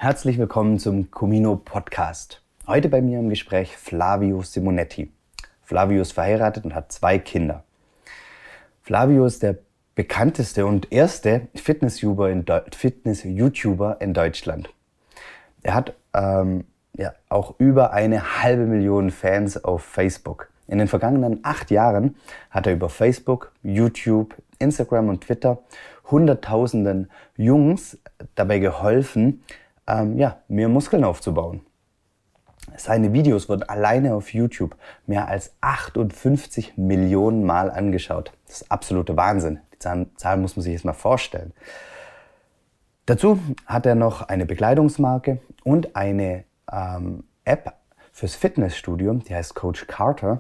Herzlich willkommen zum Comino Podcast. Heute bei mir im Gespräch Flavio Simonetti. Flavio ist verheiratet und hat 2 Kinder. Flavio ist der bekannteste und erste Fitness-YouTuber in Deutschland. Er hat auch über 500.000 Fans auf Facebook. In den vergangenen 8 Jahren hat er über Facebook, YouTube, Instagram und Twitter Hunderttausenden Jungs dabei geholfen, mehr Muskeln aufzubauen. Seine Videos wurden alleine auf YouTube mehr als 58 Millionen Mal angeschaut. Das ist absoluter Wahnsinn. Die Zahl muss man sich jetzt mal vorstellen. Dazu hat er noch eine Bekleidungsmarke und eine App fürs Fitnessstudio, die heißt Coach Carter,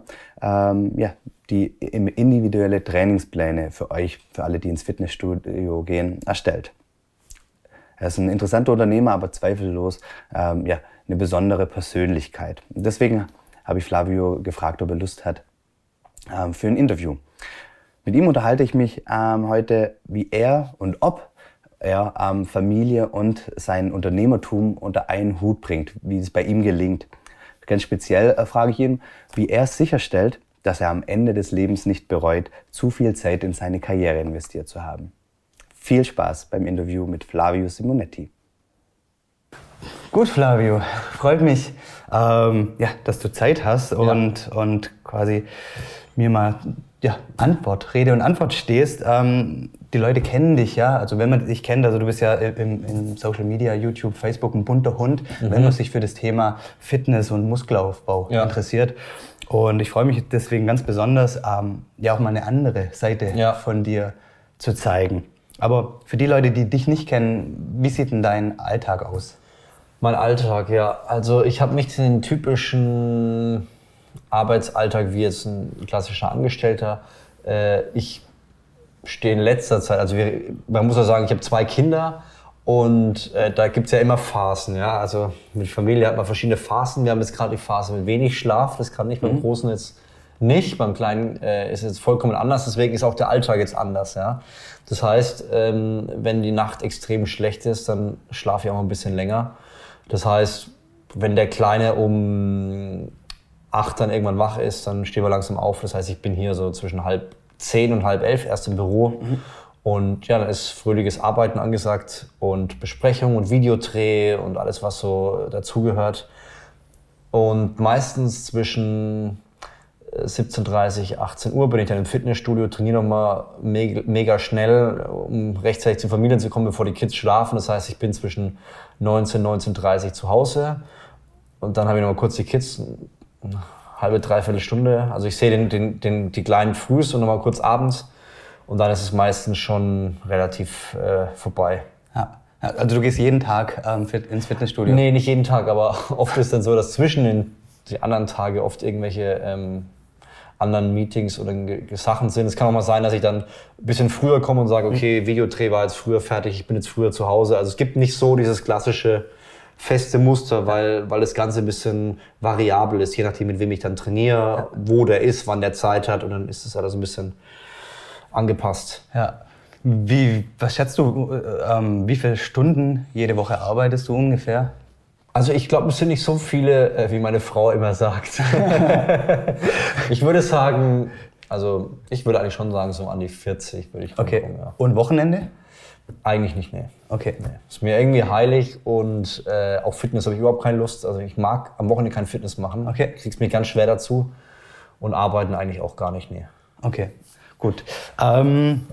die individuelle Trainingspläne für euch, für alle, die ins Fitnessstudio gehen, erstellt. Er ist ein interessanter Unternehmer, aber zweifellos eine besondere Persönlichkeit. Deswegen habe ich Flavio gefragt, ob er Lust hat für ein Interview. Mit ihm unterhalte ich mich heute, wie er und ob er Familie und sein Unternehmertum unter einen Hut bringt, wie es bei ihm gelingt. Ganz speziell frage ich ihn, wie er sicherstellt, dass er am Ende des Lebens nicht bereut, zu viel Zeit in seine Karriere investiert zu haben. Viel Spaß beim Interview mit Flavio Simonetti. Gut, Flavio, freut mich, dass du Zeit hast und quasi mir mal Rede und Antwort stehst. Die Leute kennen dich ja, also wenn man dich kennt, also du bist ja in Social Media, YouTube, Facebook ein bunter Hund, wenn man sich für das Thema Fitness und Muskelaufbau interessiert. Und ich freue mich deswegen ganz besonders, auch mal eine andere Seite von dir zu zeigen. Aber für die Leute, die dich nicht kennen, wie sieht denn dein Alltag aus? Mein Alltag, also ich habe nicht den typischen Arbeitsalltag wie jetzt ein klassischer Angestellter. Ich stehe in letzter Zeit, also man muss ja sagen, ich habe 2 Kinder und da gibt es ja immer Phasen. Ja? Also mit Familie hat man verschiedene Phasen. Wir haben jetzt gerade die Phase mit wenig Schlaf, das kann ich beim Großen jetzt nicht. Beim Kleinen ist es vollkommen anders, deswegen ist auch der Alltag jetzt anders. Ja? Das heißt, wenn die Nacht extrem schlecht ist, dann schlafe ich auch ein bisschen länger. Das heißt, wenn der Kleine um 8 dann irgendwann wach ist, dann stehen wir langsam auf. Das heißt, ich bin hier so zwischen 9:30 und 10:30 erst im Büro. Und dann ist fröhliches Arbeiten angesagt und Besprechung und Videodreh und alles, was so dazugehört. Und meistens zwischen 17:30, 18 Uhr bin ich dann im Fitnessstudio, trainiere nochmal mega schnell, um rechtzeitig zur Familie zu kommen, bevor die Kids schlafen. Das heißt, ich bin zwischen 19:30 zu Hause und dann habe ich nochmal kurz die Kids, eine halbe, dreiviertel Stunde. Also ich sehe die Kleinen frühs und nochmal kurz abends und dann ist es meistens schon relativ vorbei. Ja. Also du gehst jeden Tag ins Fitnessstudio? Nee, nicht jeden Tag, aber oft ist dann so, dass zwischen die anderen Tage oft irgendwelche anderen Meetings oder Sachen sind. Es kann auch mal sein, dass ich dann ein bisschen früher komme und sage, okay, Videodreh war jetzt früher fertig, ich bin jetzt früher zu Hause. Also es gibt nicht so dieses klassische feste Muster, weil das Ganze ein bisschen variabel ist, je nachdem, mit wem ich dann trainiere, wo der ist, wann der Zeit hat und dann ist es alles ein bisschen angepasst. Ja. Was schätzt du, wie viele Stunden jede Woche arbeitest du ungefähr? Also ich glaube, es sind nicht so viele, wie meine Frau immer sagt. Ich würde sagen, also ich würde eigentlich schon sagen, so an die 40 würde ich kommen, ja. Und Wochenende? Eigentlich nicht, nee. Okay. Nee. Ist mir irgendwie heilig und auf Fitness habe ich überhaupt keine Lust. Also ich mag am Wochenende kein Fitness machen. Okay. Krieg's mir ganz schwer dazu und arbeiten eigentlich auch gar nicht, nee. Okay, gut. Dann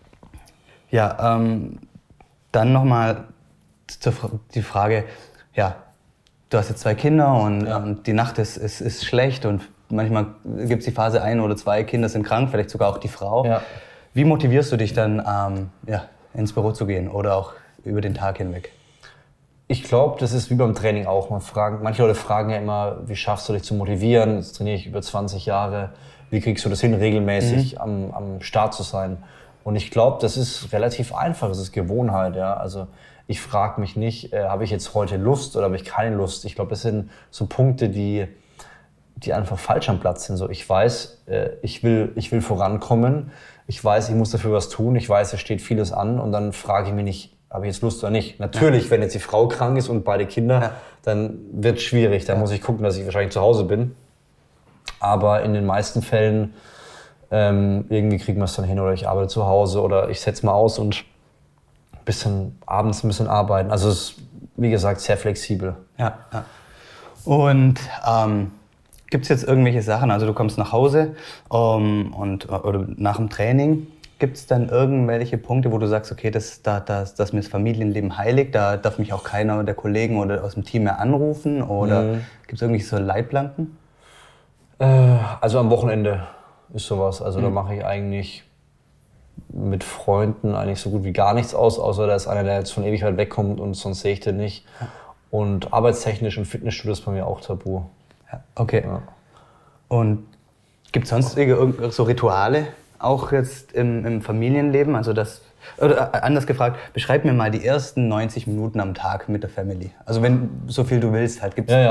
nochmal die Frage, du hast jetzt 2 Kinder und die Nacht ist schlecht und manchmal gibt es die Phase 1 oder 2 Kinder sind krank, vielleicht sogar auch die Frau. Ja. Wie motivierst du dich dann, ins Büro zu gehen oder auch über den Tag hinweg? Ich glaube, das ist wie beim Training auch. Manche Leute fragen ja immer, wie schaffst du dich zu motivieren? Jetzt trainiere ich über 20 Jahre. Wie kriegst du das hin, regelmäßig am Start zu sein? Und ich glaube, das ist relativ einfach. Das ist Gewohnheit. Ja? Also ich frage mich nicht, habe ich jetzt heute Lust oder habe ich keine Lust? Ich glaube, das sind so Punkte, die einfach falsch am Platz sind. So, ich weiß, ich will vorankommen. Ich weiß, ich muss dafür was tun. Ich weiß, es steht vieles an. Und dann frage ich mich nicht, habe ich jetzt Lust oder nicht. Natürlich, wenn jetzt die Frau krank ist und beide Kinder, dann wird es schwierig. Dann muss ich gucken, dass ich wahrscheinlich zu Hause bin. Aber in den meisten Fällen irgendwie kriegen wir es dann hin oder ich arbeite zu Hause oder ich setze mal aus und abends ein bisschen arbeiten. Also es ist, wie gesagt, sehr flexibel. Ja. Und gibt es jetzt irgendwelche Sachen, also du kommst nach Hause oder nach dem Training, gibt es dann irgendwelche Punkte, wo du sagst, okay, das mir das Familienleben heiligt, da darf mich auch keiner der Kollegen oder aus dem Team mehr anrufen oder gibt es irgendwelche so Leitplanken? Also am Wochenende ist sowas. Also da mache ich eigentlich mit Freunden eigentlich so gut wie gar nichts aus, außer da ist einer, der jetzt von ewig weit wegkommt und sonst sehe ich den nicht. Und arbeitstechnisch im Fitnessstudio ist bei mir auch tabu. Ja, okay. Ja. Und gibt es sonst so Rituale, auch jetzt im Familienleben? Also oder anders gefragt, beschreib mir mal die ersten 90 Minuten am Tag mit der Family. Also wenn so viel du willst, halt gibt's.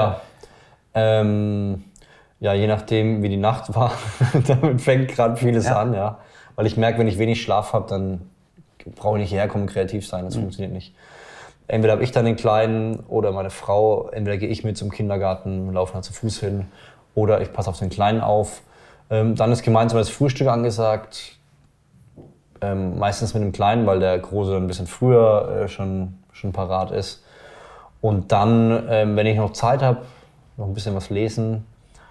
Ja, je nachdem, wie die Nacht war, damit fängt gerade vieles an, ja. Weil ich merke, wenn ich wenig Schlaf habe, dann brauche ich nicht herkommen, kreativ sein, das funktioniert nicht. Entweder habe ich dann den Kleinen oder meine Frau, entweder gehe ich mit zum Kindergarten, laufen halt zu Fuß hin oder ich passe auf den Kleinen auf. Dann ist gemeinsam das Frühstück angesagt, meistens mit dem Kleinen, weil der Große dann ein bisschen früher schon parat ist. Und dann, wenn ich noch Zeit habe, noch ein bisschen was lesen.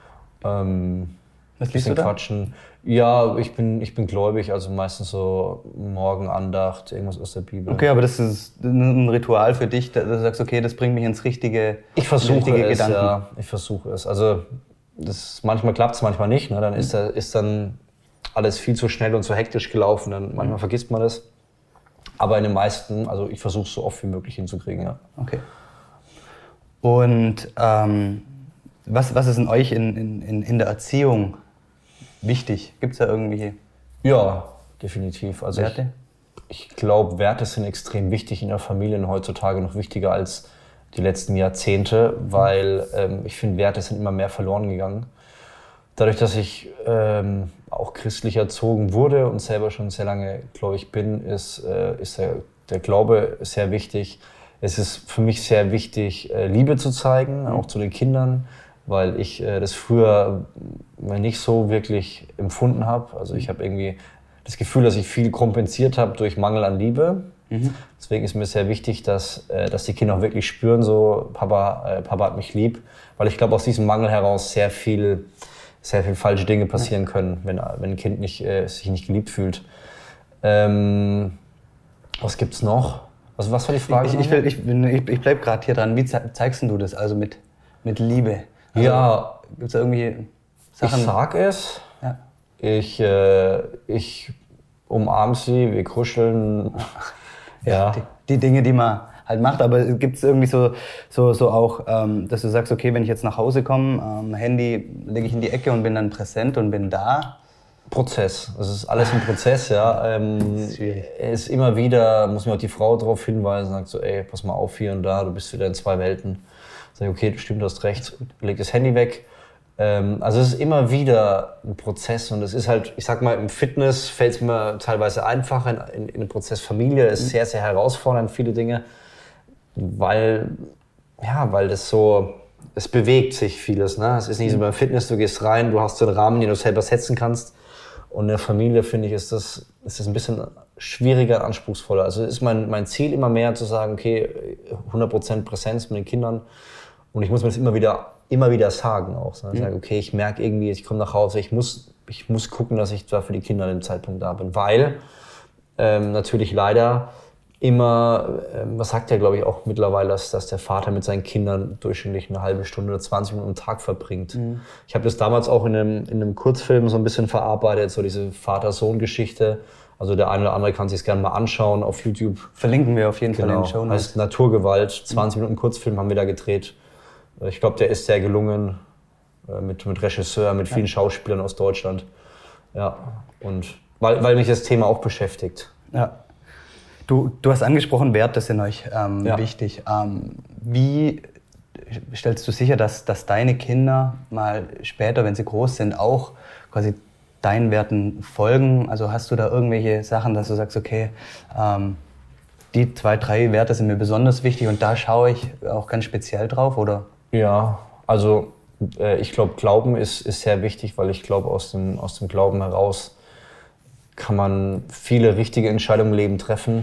Was liest du da? Quatschen. Ja, ich bin gläubig, also meistens so Morgenandacht, irgendwas aus der Bibel. Okay, aber das ist ein Ritual für dich, dass du sagst, okay, das bringt mich ins richtige Gedanken. Ich versuche es. Also manchmal klappt es, manchmal nicht. Ne? Dann ist dann alles viel zu schnell und zu hektisch gelaufen. Dann manchmal vergisst man das. Aber in den meisten, also ich versuche es so oft wie möglich hinzukriegen. Ja. Okay. Und was ist in euch in der Erziehung wichtig? Gibt es da irgendwie? Ja, definitiv. Also Werte? Ich glaube, Werte sind extrem wichtig in der Familie, heutzutage noch wichtiger als die letzten Jahrzehnte, weil ich finde, Werte sind immer mehr verloren gegangen. Dadurch, dass ich auch christlich erzogen wurde und selber schon sehr lange gläubig bin, ist der Glaube sehr wichtig. Es ist für mich sehr wichtig, Liebe zu zeigen, auch zu den Kindern, weil ich das früher nicht so wirklich empfunden habe. Also ich habe irgendwie das Gefühl, dass ich viel kompensiert habe durch Mangel an Liebe. Deswegen ist mir sehr wichtig, dass die Kinder auch wirklich spüren, so Papa hat mich lieb. Weil ich glaube, aus diesem Mangel heraus sehr viel falsche Dinge passieren können, wenn ein Kind sich nicht geliebt fühlt. Was gibt's noch? Also was war die Frage? Ich bleib gerade hier dran. Wie zeigst du das also mit Liebe? Also, ja, gibt's da irgendwie Sachen? Ich sag es. Ja. Ich umarme sie, wir kuscheln. Ja. Die Dinge, die man halt macht, aber gibt es irgendwie so auch, dass du sagst, okay, wenn ich jetzt nach Hause komme, Handy lege ich in die Ecke und bin dann präsent und bin da? Prozess. Das ist alles ein Prozess, ja. Das ist schwierig. Es ist immer wieder, muss mir auch die Frau darauf hinweisen, sagt so, ey, pass mal auf hier und da, du bist wieder in zwei Welten. Sag ich, okay, stimmt, du hast recht, leg das Handy weg. Also es ist immer wieder ein Prozess und es ist halt, ich sag mal, im Fitness fällt es mir teilweise einfacher, in dem Prozess Familie ist sehr, sehr herausfordernd, viele Dinge, weil das so, es bewegt sich vieles, ne? Es ist nicht so beim Fitness, du gehst rein, du hast so einen Rahmen, den du selber setzen kannst und in der Familie, finde ich, ist das ein bisschen schwieriger, anspruchsvoller. Also ist mein Ziel immer mehr zu sagen, okay, 100% Präsenz mit den Kindern und ich muss mir das immer wieder sagen auch. So. Sagen, okay, ich merke irgendwie, ich komme nach Hause, ich muss gucken, dass ich da für die Kinder an dem Zeitpunkt da bin. Weil natürlich leider immer, was sagt er, glaube ich, auch mittlerweile, dass der Vater mit seinen Kindern durchschnittlich eine halbe Stunde oder 20 Minuten am Tag verbringt. Ich habe das damals auch in einem Kurzfilm so ein bisschen verarbeitet, so diese Vater-Sohn-Geschichte. Also der eine oder andere kann sich gerne mal anschauen auf YouTube. Verlinken wir auf jeden Fall in den Shownotes. Heißt Naturgewalt, 20 Minuten Kurzfilm haben wir da gedreht. Ich glaube, der ist sehr gelungen, mit Regisseur, mit vielen Schauspielern aus Deutschland. Ja, und weil mich das Thema auch beschäftigt. Ja. Du hast angesprochen, Werte sind euch wichtig. Wie stellst du sicher, dass deine Kinder mal später, wenn sie groß sind, auch quasi deinen Werten folgen? Also hast du da irgendwelche Sachen, dass du sagst, okay, die 2, 3 Werte sind mir besonders wichtig und da schaue ich auch ganz speziell drauf, oder? Ja, also ich glaube, Glauben ist sehr wichtig, weil ich glaube, aus dem Glauben heraus kann man viele richtige Entscheidungen im Leben treffen.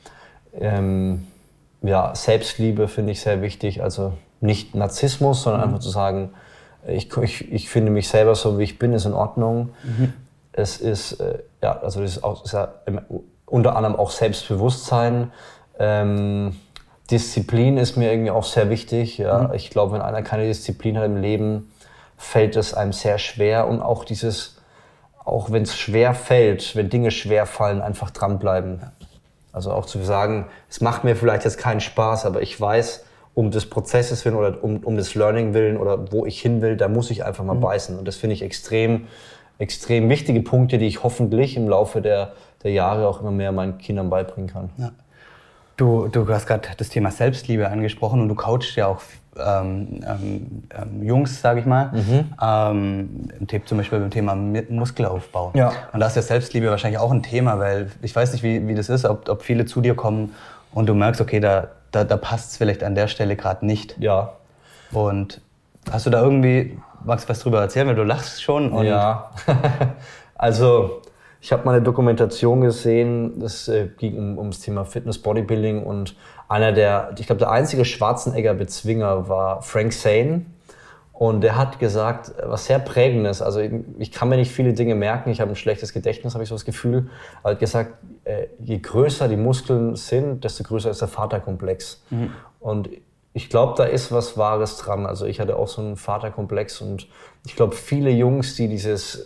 Ja, Selbstliebe finde ich sehr wichtig, also nicht Narzissmus, sondern einfach zu sagen, ich finde mich selber so, wie ich bin, ist in Ordnung. Es ist, also das ist ja unter anderem auch Selbstbewusstsein. Disziplin ist mir irgendwie auch sehr wichtig. Ja. Ich glaube, wenn einer keine Disziplin hat im Leben, fällt es einem sehr schwer. Und auch auch wenn es schwer fällt, wenn Dinge schwer fallen, einfach dranbleiben. Also auch zu sagen, es macht mir vielleicht jetzt keinen Spaß, aber ich weiß, um des Prozesses willen oder um des Learning willen oder wo ich hin will, da muss ich einfach mal beißen. Und das finde ich extrem wichtige Punkte, die ich hoffentlich im Laufe der Jahre auch immer mehr meinen Kindern beibringen kann. Ja. Du hast gerade das Thema Selbstliebe angesprochen und du coachst ja auch Jungs, sage ich mal, zum Beispiel beim Thema Muskelaufbau. Ja. Und da ist ja Selbstliebe wahrscheinlich auch ein Thema, weil ich weiß nicht, wie das ist, ob viele zu dir kommen und du merkst, okay, da passt es vielleicht an der Stelle gerade nicht. Ja. Und hast du da irgendwie, magst du was drüber erzählen, weil du lachst schon? Und ja, also ich habe mal eine Dokumentation gesehen, das ging ums Thema Fitness, Bodybuilding und ich glaube der einzige Schwarzenegger-Bezwinger war Frank Zane und der hat gesagt, was sehr Prägendes, also ich kann mir nicht viele Dinge merken, ich habe ein schlechtes Gedächtnis, habe ich so das Gefühl, er hat gesagt, je größer die Muskeln sind, desto größer ist der Vaterkomplex. Und ich glaube, da ist was Wahres dran. Also ich hatte auch so einen Vaterkomplex und ich glaube, viele Jungs, die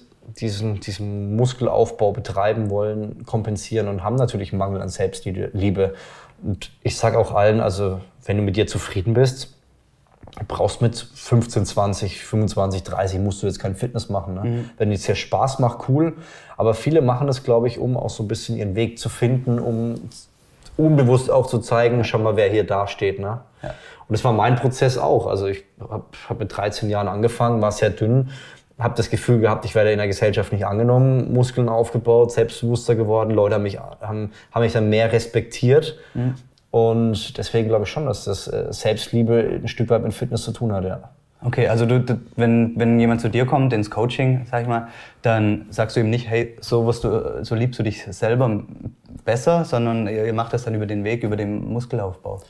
diesen Muskelaufbau betreiben wollen, kompensieren und haben natürlich einen Mangel an Selbstliebe. Und ich sage auch allen, also wenn du mit dir zufrieden bist, brauchst mit 15, 20, 25, 30 musst du jetzt kein Fitness machen. Ne? Wenn es dir Spaß macht, cool. Aber viele machen das, glaube ich, um auch so ein bisschen ihren Weg zu finden, um unbewusst auch zu zeigen, schau mal, wer hier dasteht. Ne? Ja. Und das war mein Prozess auch. Also ich hab mit 13 Jahren angefangen, war sehr dünn, habe das Gefühl gehabt, ich werde in der Gesellschaft nicht angenommen, Muskeln aufgebaut, selbstbewusster geworden, Leute haben mich dann mehr respektiert. Und deswegen glaube ich schon, dass das Selbstliebe ein Stück weit mit Fitness zu tun hat, ja. Okay, also wenn jemand zu dir kommt ins Coaching, sag ich mal, dann sagst du ihm nicht, hey, so liebst du dich selber besser, sondern ihr macht das dann über den Weg, über den Muskelaufbau.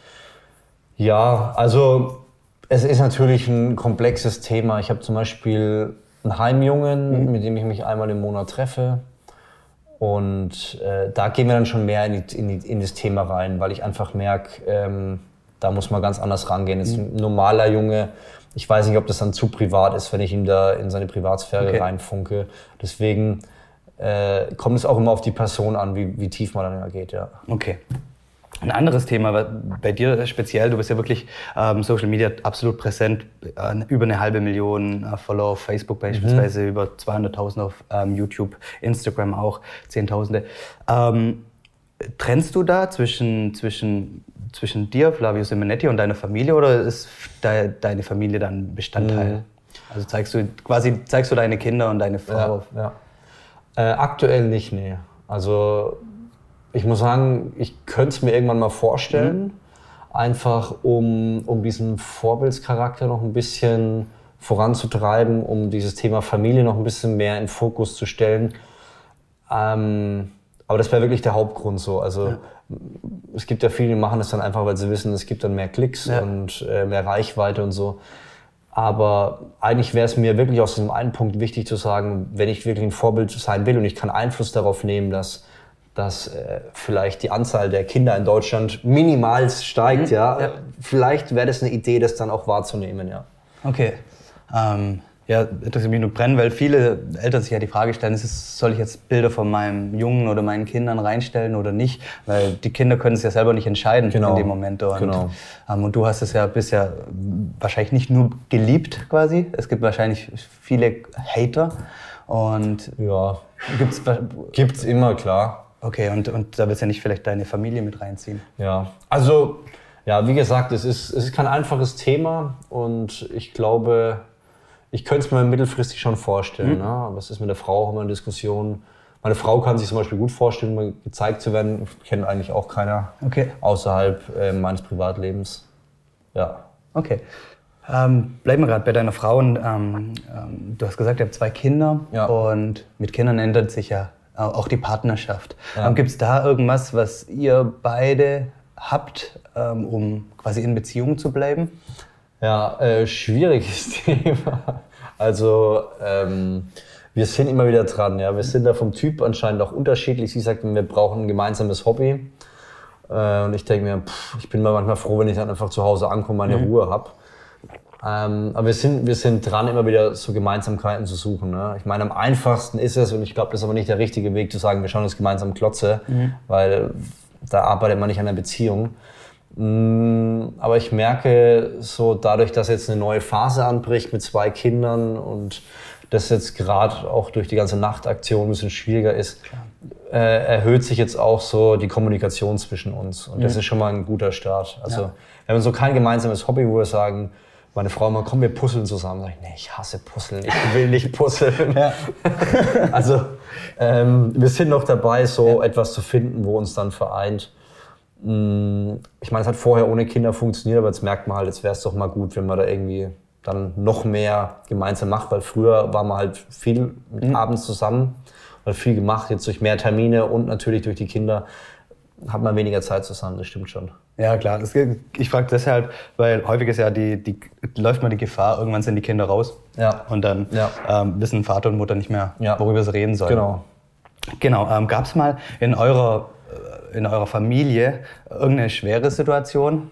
Ja, also es ist natürlich ein komplexes Thema. Ich habe zum Beispiel einen Heimjungen, mit dem ich mich einmal im Monat treffe. Und da gehen wir dann schon mehr in das Thema rein, weil ich einfach merke, da muss man ganz anders rangehen. Jetzt ein normaler Junge, ich weiß nicht, ob das dann zu privat ist, wenn ich ihm da in seine Privatsphäre reinfunke. Deswegen kommt es auch immer auf die Person an, wie tief man dann geht, ja. Okay. Ein anderes Thema, bei dir speziell, du bist ja wirklich Social Media absolut präsent, über 500.000 Follower auf Facebook beispielsweise, über 200.000 auf YouTube, Instagram auch, Zehntausende. Trennst du da zwischen dir, Flavio Simonetti, und deiner Familie oder ist deine Familie dann Bestandteil? Also zeigst du deine Kinder und deine Frau auf? Ja. Aktuell nicht, nee. Also ich muss sagen, ich könnte es mir irgendwann mal vorstellen, einfach um diesen Vorbildscharakter noch ein bisschen voranzutreiben, um dieses Thema Familie noch ein bisschen mehr in den Fokus zu stellen. Aber das wäre wirklich der Hauptgrund so. Also es gibt ja viele, die machen das dann einfach, weil sie wissen, es gibt dann mehr Klicks und mehr Reichweite und so. Aber eigentlich wäre es mir wirklich aus diesem einen Punkt wichtig zu sagen, wenn ich wirklich ein Vorbild sein will und ich kann Einfluss darauf nehmen, dass vielleicht die Anzahl der Kinder in Deutschland minimal steigt, vielleicht wäre das eine Idee, das dann auch wahrzunehmen, ja. Okay. Interessiert mich nur brennen, weil viele Eltern sich ja die Frage stellen, soll ich jetzt Bilder von meinem Jungen oder meinen Kindern reinstellen oder nicht? Weil die Kinder können es ja selber nicht entscheiden in dem Moment. Und du hast es bist ja wahrscheinlich nicht nur geliebt quasi. Es gibt wahrscheinlich viele Hater. Und ja, gibt's immer, klar. Okay, und da willst du ja nicht vielleicht deine Familie mit reinziehen? Ja, also, wie gesagt, es ist kein einfaches Thema und ich glaube, ich könnte es mir mittelfristig schon vorstellen. Ne? Aber es ist mit der Frau auch immer eine Diskussion, Meine Frau kann sich zum Beispiel gut vorstellen, mal gezeigt zu werden. Kennt eigentlich auch keiner außerhalb meines Privatlebens. Ja. Okay. Bleiben wir gerade bei deiner Frau. Und, du hast gesagt, ihr habt 2 Kinder und mit Kindern ändert sich ja auch die Partnerschaft. Ja. Gibt es da irgendwas, was ihr beide habt, um quasi in Beziehung zu bleiben? Ja, schwieriges Thema. Also wir sind immer wieder dran. Ja. Wir sind da vom Typ anscheinend auch unterschiedlich. Sie sagt, wir brauchen ein gemeinsames Hobby. Und ich denke mir, ich bin manchmal froh, wenn ich dann einfach zu Hause ankomme und meine Ruhe habe. Aber wir sind dran, immer wieder so Gemeinsamkeiten zu suchen. Ne? Ich meine, am einfachsten ist es, und ich glaube, das ist aber nicht der richtige Weg zu sagen, wir schauen uns gemeinsam Klotze, weil da arbeitet man nicht an der Beziehung. Aber ich merke so dadurch, dass jetzt eine neue Phase anbricht mit 2 Kindern und das jetzt gerade auch durch die ganze Nachtaktion ein bisschen schwieriger ist, erhöht sich jetzt auch so die Kommunikation zwischen uns. Und das ist schon mal ein guter Start. Also wir haben so kein gemeinsames Hobby, wo wir sagen, meine Frau mal, komm, wir puzzeln zusammen. Sag ich, nee, ich hasse Puzzeln, ich will nicht puzzeln. Also wir sind noch dabei, so etwas zu finden, wo uns dann vereint. Ich meine, es hat vorher ohne Kinder funktioniert, aber jetzt merkt man halt, jetzt wäre es doch mal gut, wenn man da irgendwie dann noch mehr gemeinsam macht, weil früher war man halt viel abends zusammen, hat viel gemacht, jetzt durch mehr Termine und natürlich durch die Kinder hat man weniger Zeit zusammen, das stimmt schon. Ja, klar. Ich frage deshalb, weil häufig ist ja läuft man die Gefahr, irgendwann sind die Kinder raus und dann wissen Vater und Mutter nicht mehr, worüber sie reden sollen. Genau. Gab es mal in eurer Familie irgendeine schwere Situation?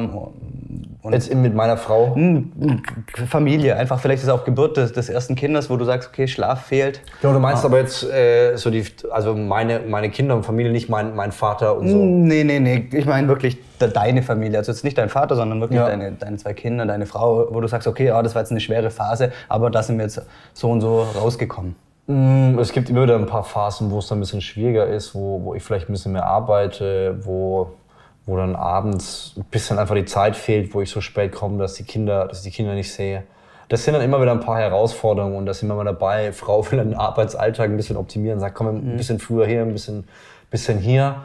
Jetzt mit meiner Frau? Familie, einfach vielleicht ist es auch Geburt des ersten Kindes, wo du sagst, okay, Schlaf fehlt. Genau, du meinst aber jetzt also meine Kinder und Familie, nicht mein Vater und so? Nee, ich meine wirklich deine Familie, also jetzt nicht dein Vater, sondern wirklich deine 2 Kinder, deine Frau, wo du sagst, okay, das war jetzt eine schwere Phase, aber da sind wir jetzt so und so rausgekommen. Es gibt immer wieder ein paar Phasen, wo es dann ein bisschen schwieriger ist, wo ich vielleicht ein bisschen mehr arbeite, wo dann abends ein bisschen einfach die Zeit fehlt, wo ich so spät komme, dass ich die Kinder nicht sehe. Das sind dann immer wieder ein paar Herausforderungen und da sind wir mal dabei. Frau will den Arbeitsalltag ein bisschen optimieren, sagt, komm, ein bisschen früher hier, ein bisschen hier.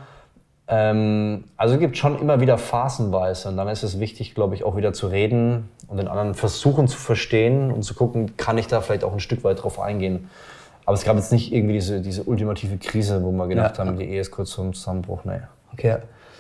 Also es gibt schon immer wieder phasenweise und dann ist es wichtig, glaube ich, auch wieder zu reden und den anderen versuchen zu verstehen und zu gucken, kann ich da vielleicht auch ein Stück weit drauf eingehen. Aber es gab jetzt nicht irgendwie diese ultimative Krise, wo wir gedacht haben, die Ehe ist kurz zum Zusammenbruch. Nee. Okay.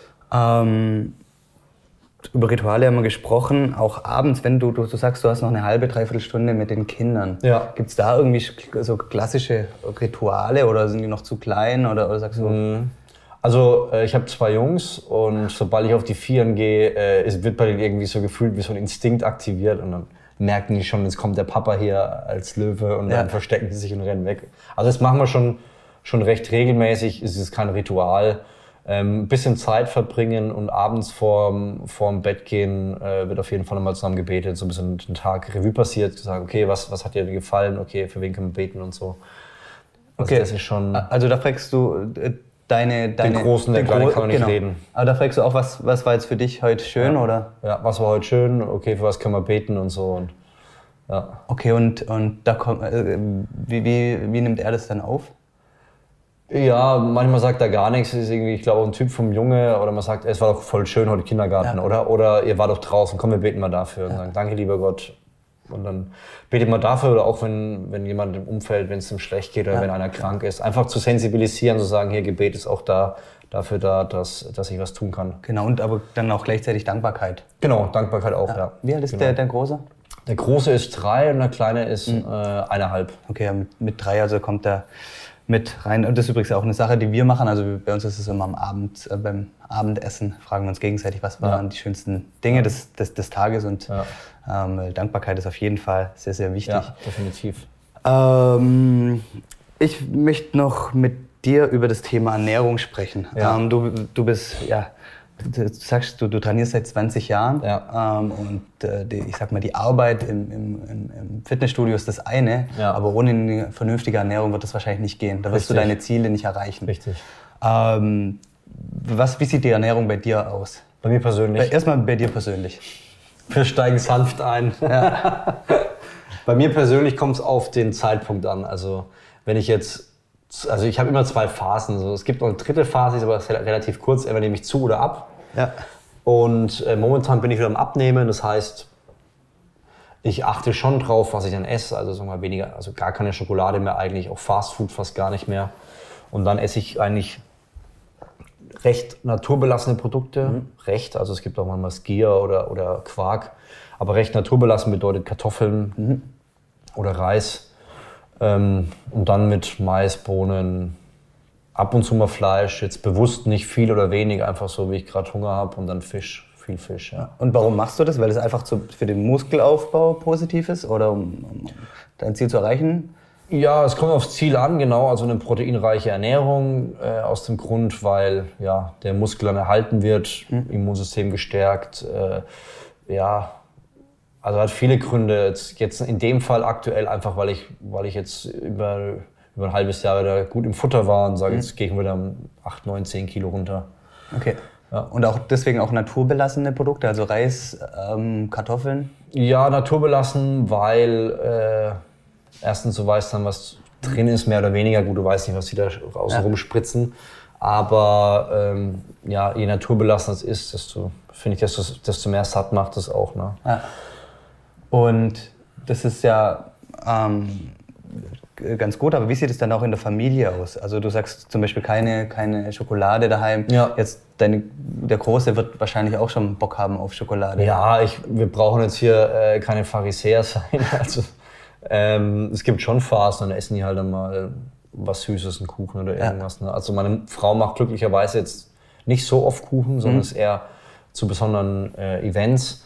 Über Rituale haben wir gesprochen, auch abends, wenn du sagst, du hast noch eine halbe, dreiviertel Stunde mit den Kindern. Ja. Gibt es da irgendwie so klassische Rituale oder sind die noch zu klein oder sagst du? Also ich habe 2 Jungs und sobald ich auf die Vieren gehe, wird bei denen irgendwie so gefühlt wie so ein Instinkt aktiviert und dann merken die schon, jetzt kommt der Papa hier als Löwe und dann verstecken die sich und rennen weg. Also das machen wir schon recht regelmäßig, es ist kein Ritual. Ein bisschen Zeit verbringen und abends vorm Bett gehen wird auf jeden Fall nochmal zusammen gebetet, so ein bisschen den Tag Revue passiert, sagen, okay, was hat dir gefallen, okay, für wen können wir beten und so. Also okay, das ist schon. Also da fragst du den Großen, der Kleine kann man nicht reden. Aber da fragst du auch, was war jetzt für dich heute schön, oder? Ja, was war heute schön, okay, für was können wir beten und so. Und, ja. Okay, und da kommt, wie nimmt er das dann auf? Ja, manchmal sagt er gar nichts, ist irgendwie, ich glaube, ein Typ vom Junge, oder man sagt, es war doch voll schön heute Kindergarten, oder ihr war doch draußen, komm, wir beten mal dafür. Und sagen, danke, lieber Gott. Und dann betet man dafür, oder auch wenn jemand im Umfeld, wenn es ihm schlecht geht oder wenn einer krank ist, einfach zu sensibilisieren, zu sagen, hier, Gebet ist auch dafür da, dass ich was tun kann. Genau, und aber dann auch gleichzeitig Dankbarkeit. Genau, Dankbarkeit auch, ja. Wie alt ist der Große? Der Große ist 3 und der Kleine ist 1,5. Okay, mit 3 also kommt er mit rein. Und das ist übrigens auch eine Sache, die wir machen. Also bei uns ist es immer am Abend, beim Abendessen fragen wir uns gegenseitig, was waren die schönsten Dinge des Tages. Und Dankbarkeit ist auf jeden Fall sehr, sehr wichtig. Ja, definitiv. Ich möchte noch mit dir über das Thema Ernährung sprechen. Ja. Du bist, du sagst, du trainierst seit 20 Jahren und ich sag mal, die Arbeit im Fitnessstudio ist das eine, aber ohne eine vernünftige Ernährung wird das wahrscheinlich nicht gehen. Da wirst du deine Ziele nicht erreichen. Richtig. Wie sieht die Ernährung bei dir aus? Bei mir persönlich? Erstmal bei dir persönlich. Wir steigen sanft ein. Ja. Bei mir persönlich kommt es auf den Zeitpunkt an. Also wenn ich jetzt Also ich habe immer 2 Phasen. So. Es gibt noch eine dritte Phase, die ist aber relativ kurz, entweder nehme ich zu oder ab. Ja. Und momentan bin ich wieder am Abnehmen, das heißt, ich achte schon drauf, was ich dann esse, also sagen wir mal weniger, also gar keine Schokolade mehr eigentlich, auch Fastfood fast gar nicht mehr. Und dann esse ich eigentlich recht naturbelassene Produkte, also es gibt auch manchmal Skyr oder Quark, aber recht naturbelassen bedeutet Kartoffeln oder Reis und dann mit Mais, Bohnen, ab und zu mal Fleisch, jetzt bewusst nicht viel oder wenig, einfach so, wie ich gerade Hunger habe und dann Fisch, viel Fisch. Ja. Und warum machst du das? Weil es einfach für den Muskelaufbau positiv ist oder um dein Ziel zu erreichen? Ja, es kommt aufs Ziel an, genau, also eine proteinreiche Ernährung aus dem Grund, weil ja, der Muskel dann erhalten wird, Immunsystem gestärkt, also hat viele Gründe. Jetzt in dem Fall aktuell einfach, weil ich jetzt über ein halbes Jahr da gut im Futter war und sage, jetzt gehe ich wieder um 8, 9, 10 Kilo runter. Okay. Ja. Und auch deswegen auch naturbelassene Produkte, also Reis, Kartoffeln? Ja, naturbelassen, weil erstens du weißt dann, was drin ist, mehr oder weniger. Gut, du weißt nicht, was die da außen rumspritzen. Aber je naturbelassener es ist, desto mehr satt macht es auch. Ne? Ja. Und das ist ja ganz gut, aber wie sieht es dann auch in der Familie aus? Also du sagst zum Beispiel keine Schokolade daheim. Ja. Jetzt der Große wird wahrscheinlich auch schon Bock haben auf Schokolade. Ja, wir brauchen jetzt hier keine Pharisäer sein. Also, es gibt schon Phasen, dann essen die halt dann mal was Süßes, einen Kuchen oder irgendwas. Ne? Also meine Frau macht glücklicherweise jetzt nicht so oft Kuchen, sondern es eher zu besonderen Events.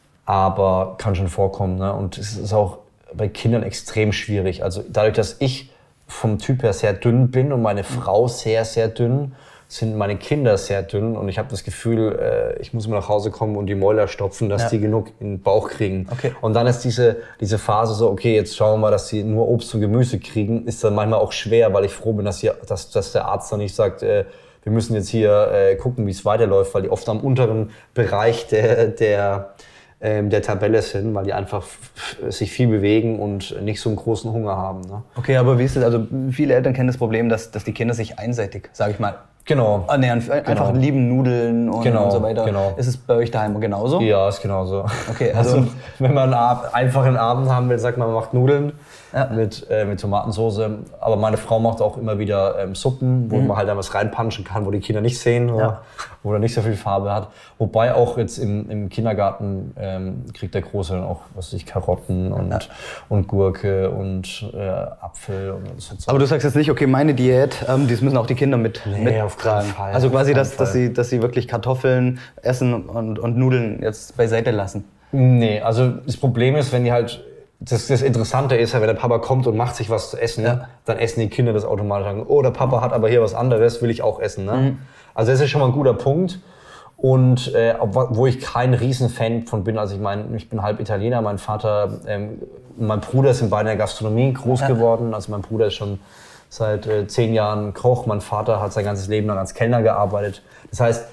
Aber kann schon vorkommen. Ne? Und es ist auch bei Kindern extrem schwierig. Also dadurch, dass ich vom Typ her sehr dünn bin und meine Frau sehr, sehr dünn, sind meine Kinder sehr dünn. Und ich habe das Gefühl, ich muss immer nach Hause kommen und die Mäuler stopfen, dass die genug in den Bauch kriegen. Okay. Und dann ist diese Phase so, okay, jetzt schauen wir mal, dass sie nur Obst und Gemüse kriegen, ist dann manchmal auch schwer, weil ich froh bin, dass der Arzt dann nicht sagt, wir müssen jetzt hier gucken, wie es weiterläuft, weil die oft am unteren Bereich der Tabelle sind, weil die einfach sich viel bewegen und nicht so einen großen Hunger haben. Ne? Okay, aber wie ist es? Also viele Eltern kennen das Problem, dass die Kinder sich einseitig, sage ich mal, ernähren. Einfach lieben Nudeln und so weiter. Genau. Ist es bei euch daheim genauso? Ja, ist genauso. Okay, also wenn man einen einfachen Abend haben will, sagt man macht Nudeln mit Tomatensauce. Aber meine Frau macht auch immer wieder Suppen, wo man halt dann was reinpanschen kann, wo die Kinder nicht sehen, wo er nicht so viel Farbe hat. Wobei auch jetzt im Kindergarten kriegt der Große dann auch, was weiß ich, Karotten und Gurke und Apfel. Und so. Aber du sagst jetzt nicht, okay, meine Diät, das müssen auch die Kinder mittragen. Auf keinen Fall. Also quasi, dass sie wirklich Kartoffeln essen und Nudeln jetzt beiseite lassen. Nee, also das Problem ist, wenn die halt, das Interessante ist ja, wenn der Papa kommt und macht sich was zu essen, dann essen die Kinder das automatisch. Sagen, oh, der Papa hat aber hier was anderes, will ich auch essen. Ne? Also das ist schon mal ein guter Punkt. Und wo ich kein Riesenfan von bin, also ich bin halb Italiener, mein Vater, mein Bruder sind beide in der Gastronomie groß geworden. Also mein Bruder ist schon seit 10 Jahren Koch, mein Vater hat sein ganzes Leben lang als Kellner gearbeitet. Das heißt,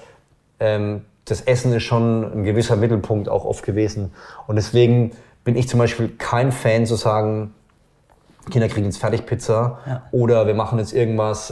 das Essen ist schon ein gewisser Mittelpunkt auch oft gewesen. Und deswegen bin ich zum Beispiel kein Fan zu sagen, Kinder kriegen jetzt Fertigpizza oder wir machen jetzt irgendwas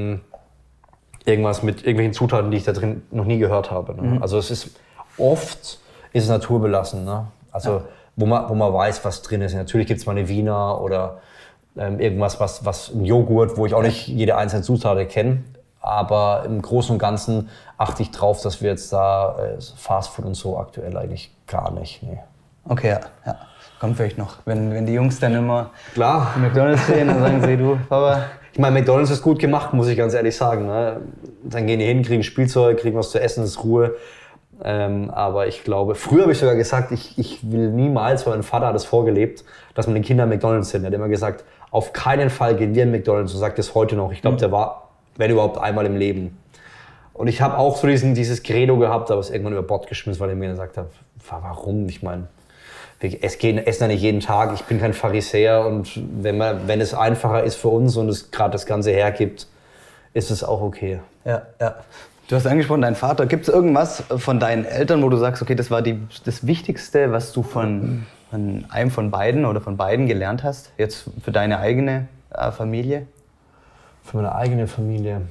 mit irgendwelchen Zutaten, die ich da drin noch nie gehört habe. Ne? Also oft ist es naturbelassen. Ne? Also wo man weiß, was drin ist. Natürlich gibt es mal eine Wiener oder irgendwas, was ein Joghurt, wo ich auch nicht jede einzelne Zutat kenne. Aber im Großen und Ganzen achte ich drauf, dass wir jetzt da Fastfood und so aktuell eigentlich gar nicht. Nee. Okay, ja. Kommt vielleicht noch. Wenn die Jungs dann immer McDonald's sehen, dann sagen sie, du, Papa. Ich meine, McDonald's ist gut gemacht, muss ich ganz ehrlich sagen. Ne? Dann gehen die hin, kriegen Spielzeug, kriegen was zu essen, ist Ruhe. Aber ich glaube, früher habe ich sogar gesagt, ich will niemals, weil mein Vater hat es vorgelebt, dass meine Kinder McDonald's sind. Er hat immer gesagt, auf keinen Fall gehen wir in McDonald's. So sagt er es heute noch. Ich glaube, der war, wenn überhaupt, einmal im Leben. Und ich habe auch so dieses Credo gehabt, aber es irgendwann über Bord geschmissen, weil er mir gesagt hat, warum? Ich meine, wir essen ja nicht jeden Tag. Ich bin kein Pharisäer und wenn es einfacher ist für uns und es gerade das Ganze hergibt, ist es auch okay. Ja. Du hast angesprochen, dein Vater. Gibt es irgendwas von deinen Eltern, wo du sagst, okay, das war das Wichtigste, was du von einem von beiden oder von beiden gelernt hast, jetzt für deine eigene Familie? Für meine eigene Familie.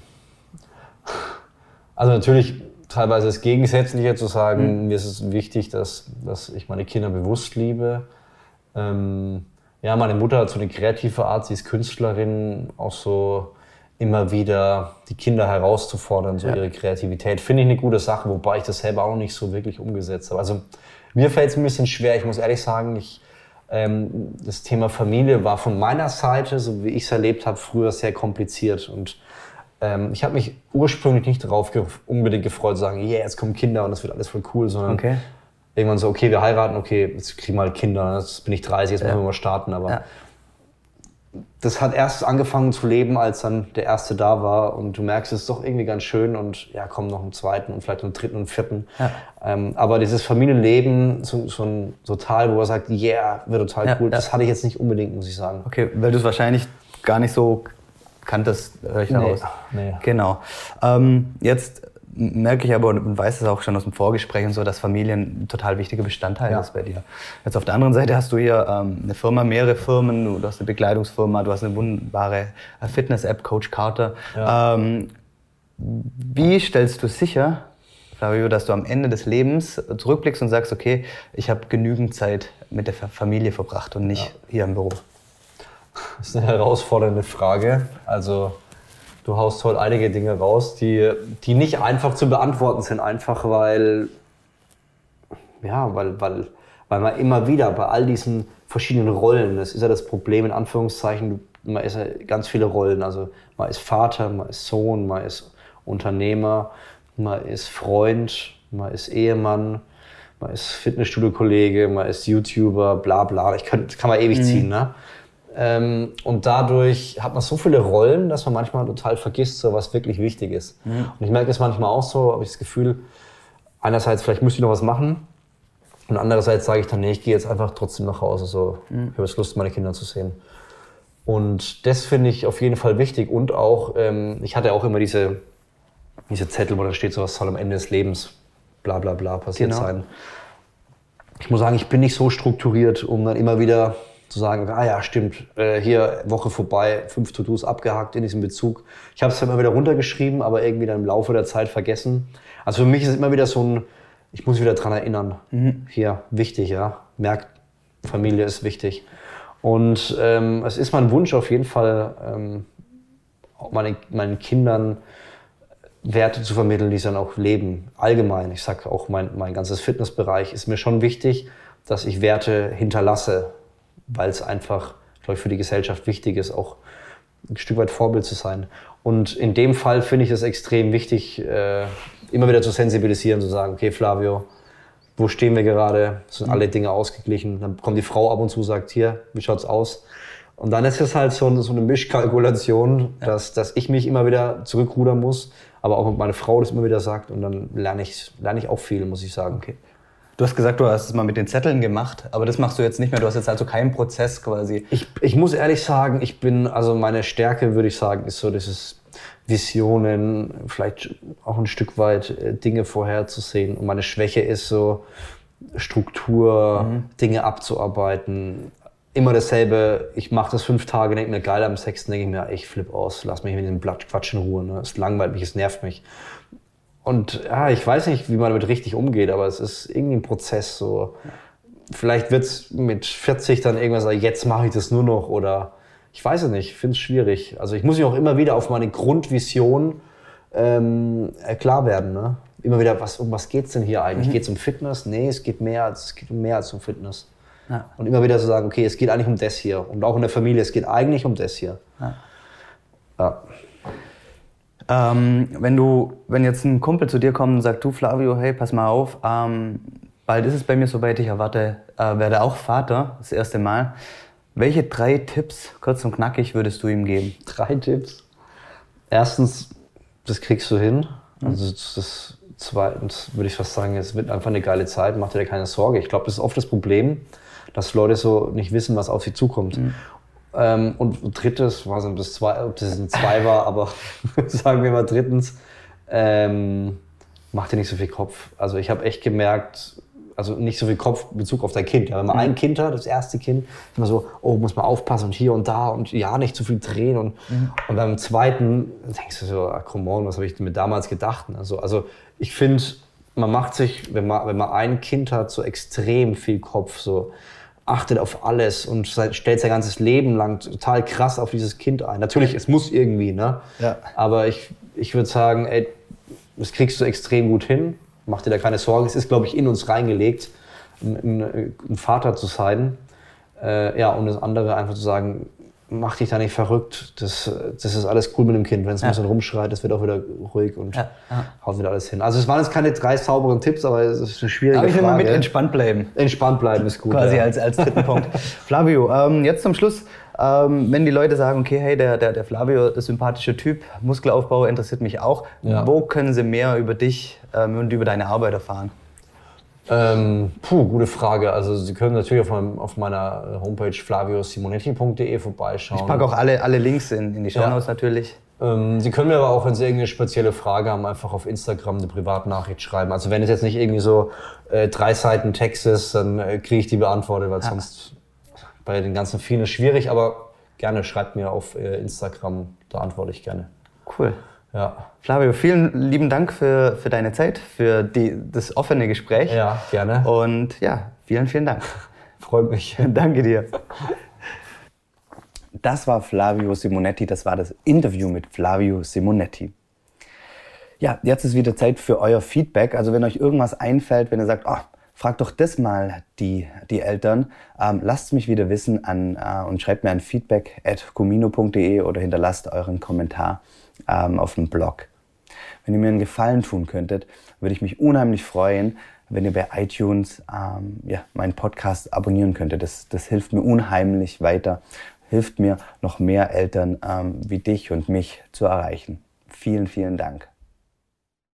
Also natürlich teilweise das Gegensätzliche zu sagen, mir ist es wichtig, dass ich meine Kinder bewusst liebe. Ja, meine Mutter hat so eine kreative Art, sie ist Künstlerin, auch so immer wieder die Kinder herauszufordern, so ihre Kreativität. Finde ich eine gute Sache, wobei ich das selber auch noch nicht so wirklich umgesetzt habe. Also mir fällt es ein bisschen schwer, ich muss ehrlich sagen, das Thema Familie war von meiner Seite, so wie ich es erlebt habe, früher sehr kompliziert. Und ich habe mich ursprünglich nicht darauf unbedingt gefreut, zu sagen, yeah, jetzt kommen Kinder und das wird alles voll cool, sondern irgendwann so, okay, wir heiraten, okay, jetzt kriegen wir halt Kinder, jetzt bin ich 30, jetzt müssen wir mal starten. Aber das hat erst angefangen zu leben, als dann der erste da war und du merkst, es ist doch irgendwie ganz schön und ja, komm noch einen zweiten und vielleicht einen dritten und vierten. Ja. Aber dieses Familienleben, so ein Teil, wo er sagt, yeah, wird total cool, das hatte ich jetzt nicht unbedingt, muss ich sagen. Okay, weil du es wahrscheinlich gar nicht so kanntest, höre ich daraus. Nee. Genau. Jetzt merke ich aber und weiß es auch schon aus dem Vorgespräch und so, dass Familie ein total wichtiger Bestandteil ist bei dir. Jetzt auf der anderen Seite hast du hier eine Firma, mehrere Firmen, du hast eine Bekleidungsfirma, du hast eine wunderbare Fitness-App, Coach Carter. Ja. Wie stellst du sicher, Flavio, dass du am Ende des Lebens zurückblickst und sagst, okay, ich habe genügend Zeit mit der Familie verbracht und nicht hier im Büro? Das ist eine herausfordernde Frage. Also du haust heute einige Dinge raus, die nicht einfach zu beantworten sind, einfach weil man immer wieder bei all diesen verschiedenen Rollen, das ist ja das Problem in Anführungszeichen, man ist ja ganz viele Rollen, also man ist Vater, man ist Sohn, man ist Unternehmer, man ist Freund, man ist Ehemann, man ist Fitnessstudio-Kollege, man ist YouTuber, bla bla, das kann man ewig ziehen, ne? Und dadurch hat man so viele Rollen, dass man manchmal total vergisst, so was wirklich wichtig ist. Und ich merke das manchmal auch so, habe ich das Gefühl, einerseits vielleicht müsste ich noch was machen und andererseits sage ich dann, nee, ich gehe jetzt einfach trotzdem nach Hause, so, ich habe jetzt Lust, meine Kinder zu sehen. Und das finde ich auf jeden Fall wichtig und auch, ich hatte auch immer diese Zettel, wo da steht, so was soll am Ende des Lebens bla bla bla passiert sein. Ich muss sagen, ich bin nicht so strukturiert, um dann immer wieder zu sagen, ja stimmt, hier Woche vorbei, 5 To-Dos abgehakt in diesem Bezug. Ich habe es immer wieder runtergeschrieben, aber irgendwie dann im Laufe der Zeit vergessen. Also für mich ist es immer wieder so ein, ich muss wieder dran erinnern, hier, wichtig, ja, merkt, Familie ist wichtig. Und es ist mein Wunsch auf jeden Fall, auch meinen Kindern Werte zu vermitteln, die sie dann auch leben. Allgemein, ich sage auch, mein ganzes Fitnessbereich ist mir schon wichtig, dass ich Werte hinterlasse, weil es einfach, glaube ich, für die Gesellschaft wichtig ist, auch ein Stück weit Vorbild zu sein. Und in dem Fall finde ich es extrem wichtig, immer wieder zu sensibilisieren, zu sagen, okay, Flavio, wo stehen wir gerade? Sind alle Dinge ausgeglichen? Dann kommt die Frau ab und zu, sagt, hier, wie schaut's aus? Und dann ist es halt so eine Mischkalkulation, dass ich mich immer wieder zurückrudern muss, aber auch meine Frau das immer wieder sagt und dann lerne ich auch viel, muss ich sagen. Okay. Du hast gesagt, du hast es mal mit den Zetteln gemacht, aber das machst du jetzt nicht mehr. Du hast jetzt also keinen Prozess quasi. Ich muss ehrlich sagen, also meine Stärke, würde ich sagen, ist so dieses Visionen, vielleicht auch ein Stück weit Dinge vorherzusehen. Und meine Schwäche ist so Struktur, Dinge abzuarbeiten. Immer dasselbe, ich mache das 5 Tage, denke mir geil, am 6. denke ich mir, ich flippe aus, lass mich mit diesem Quatsch in Ruhe. Ne? Es langweilt mich, es nervt mich. Und ja, ich weiß nicht, wie man damit richtig umgeht, aber es ist irgendwie ein Prozess. So. Vielleicht wird es mit 40 dann irgendwann sagen, jetzt mache ich das nur noch oder ich weiß es nicht, ich finde es schwierig. Also ich muss mich auch immer wieder auf meine Grundvision klar werden. Ne? Immer wieder, um was geht es denn hier eigentlich? Geht es um Fitness? Nee, es geht um mehr als um Fitness. Ja. Und immer wieder zu sagen, okay, es geht eigentlich um das hier. Und auch in der Familie, es geht eigentlich um das hier. Ja. Wenn jetzt ein Kumpel zu dir kommt und sagt, du Flavio, hey, pass mal auf, bald ist es bei mir soweit, ich erwarte, werde auch Vater, das erste Mal. Welche 3 Tipps, kurz und knackig, würdest du ihm geben? 3 Tipps? Erstens, das kriegst du hin. Also zweitens würde ich fast sagen, es wird einfach eine geile Zeit, mach dir keine Sorge. Ich glaube, das ist oft das Problem, dass Leute so nicht wissen, was auf sie zukommt. Und drittes, weiß nicht, ob das ein 2 war, aber sagen wir mal drittens, mach dir nicht so viel Kopf. Also ich habe echt gemerkt, also nicht so viel Kopfbezug auf dein Kind. Ja, wenn man ein Kind hat, das erste Kind, immer so, oh, muss man aufpassen und hier und da und ja, nicht zu viel drehen. Und beim zweiten denkst du so, ah, come on, was habe ich mir damals gedacht? Also ich finde, man macht sich, wenn man ein Kind hat, so extrem viel Kopf, so achtet auf alles und stellt sein ganzes Leben lang total krass auf dieses Kind ein. Natürlich, es muss irgendwie, ne? Ja. Aber ich würde sagen, ey, das kriegst du extrem gut hin. Mach dir da keine Sorge. Es ist, glaube ich, in uns reingelegt, ein Vater zu sein. Und das andere einfach zu sagen, mach dich da nicht verrückt. Das ist alles cool mit dem Kind. Wenn es ein bisschen rumschreit, das wird auch wieder ruhig und haut wieder alles hin. Also es waren jetzt keine 3 sauberen Tipps, aber es ist eine schwierige Frage. Aber ich will mal mit entspannt bleiben. Entspannt bleiben ist gut. Quasi als dritten Punkt. Flavio, jetzt zum Schluss. Wenn die Leute sagen, okay, hey, der Flavio ist ein sympathischer Typ, Muskelaufbau interessiert mich auch. Ja. Wo können sie mehr über dich und über deine Arbeit erfahren? Gute Frage. Also Sie können natürlich auf meiner Homepage flaviosimonetti.de vorbeischauen. Ich packe auch alle Links in die Shownotes natürlich. Sie können mir aber auch, wenn Sie irgendeine spezielle Frage haben, einfach auf Instagram eine Privatnachricht schreiben. Also wenn es jetzt nicht irgendwie so 3 Seiten Text ist, dann kriege ich die beantwortet, weil sonst bei den ganzen vielen ist schwierig. Aber gerne schreibt mir auf Instagram, da antworte ich gerne. Cool. Ja. Flavio, vielen lieben Dank für deine Zeit, für das offene Gespräch. Ja, gerne. Und ja, vielen Dank. Freut mich. Danke dir. Das war Flavio Simonetti, das war das Interview mit Flavio Simonetti. Ja, jetzt ist wieder Zeit für euer Feedback. Also wenn euch irgendwas einfällt, wenn ihr sagt, fragt doch das mal die Eltern, lasst mich wieder wissen und schreibt mir an feedback@cumino.de oder hinterlasst euren Kommentar auf dem Blog. Wenn ihr mir einen Gefallen tun könntet, würde ich mich unheimlich freuen, wenn ihr bei iTunes meinen Podcast abonnieren könntet. Das hilft mir unheimlich weiter, hilft mir, noch mehr Eltern wie dich und mich zu erreichen. Vielen Dank.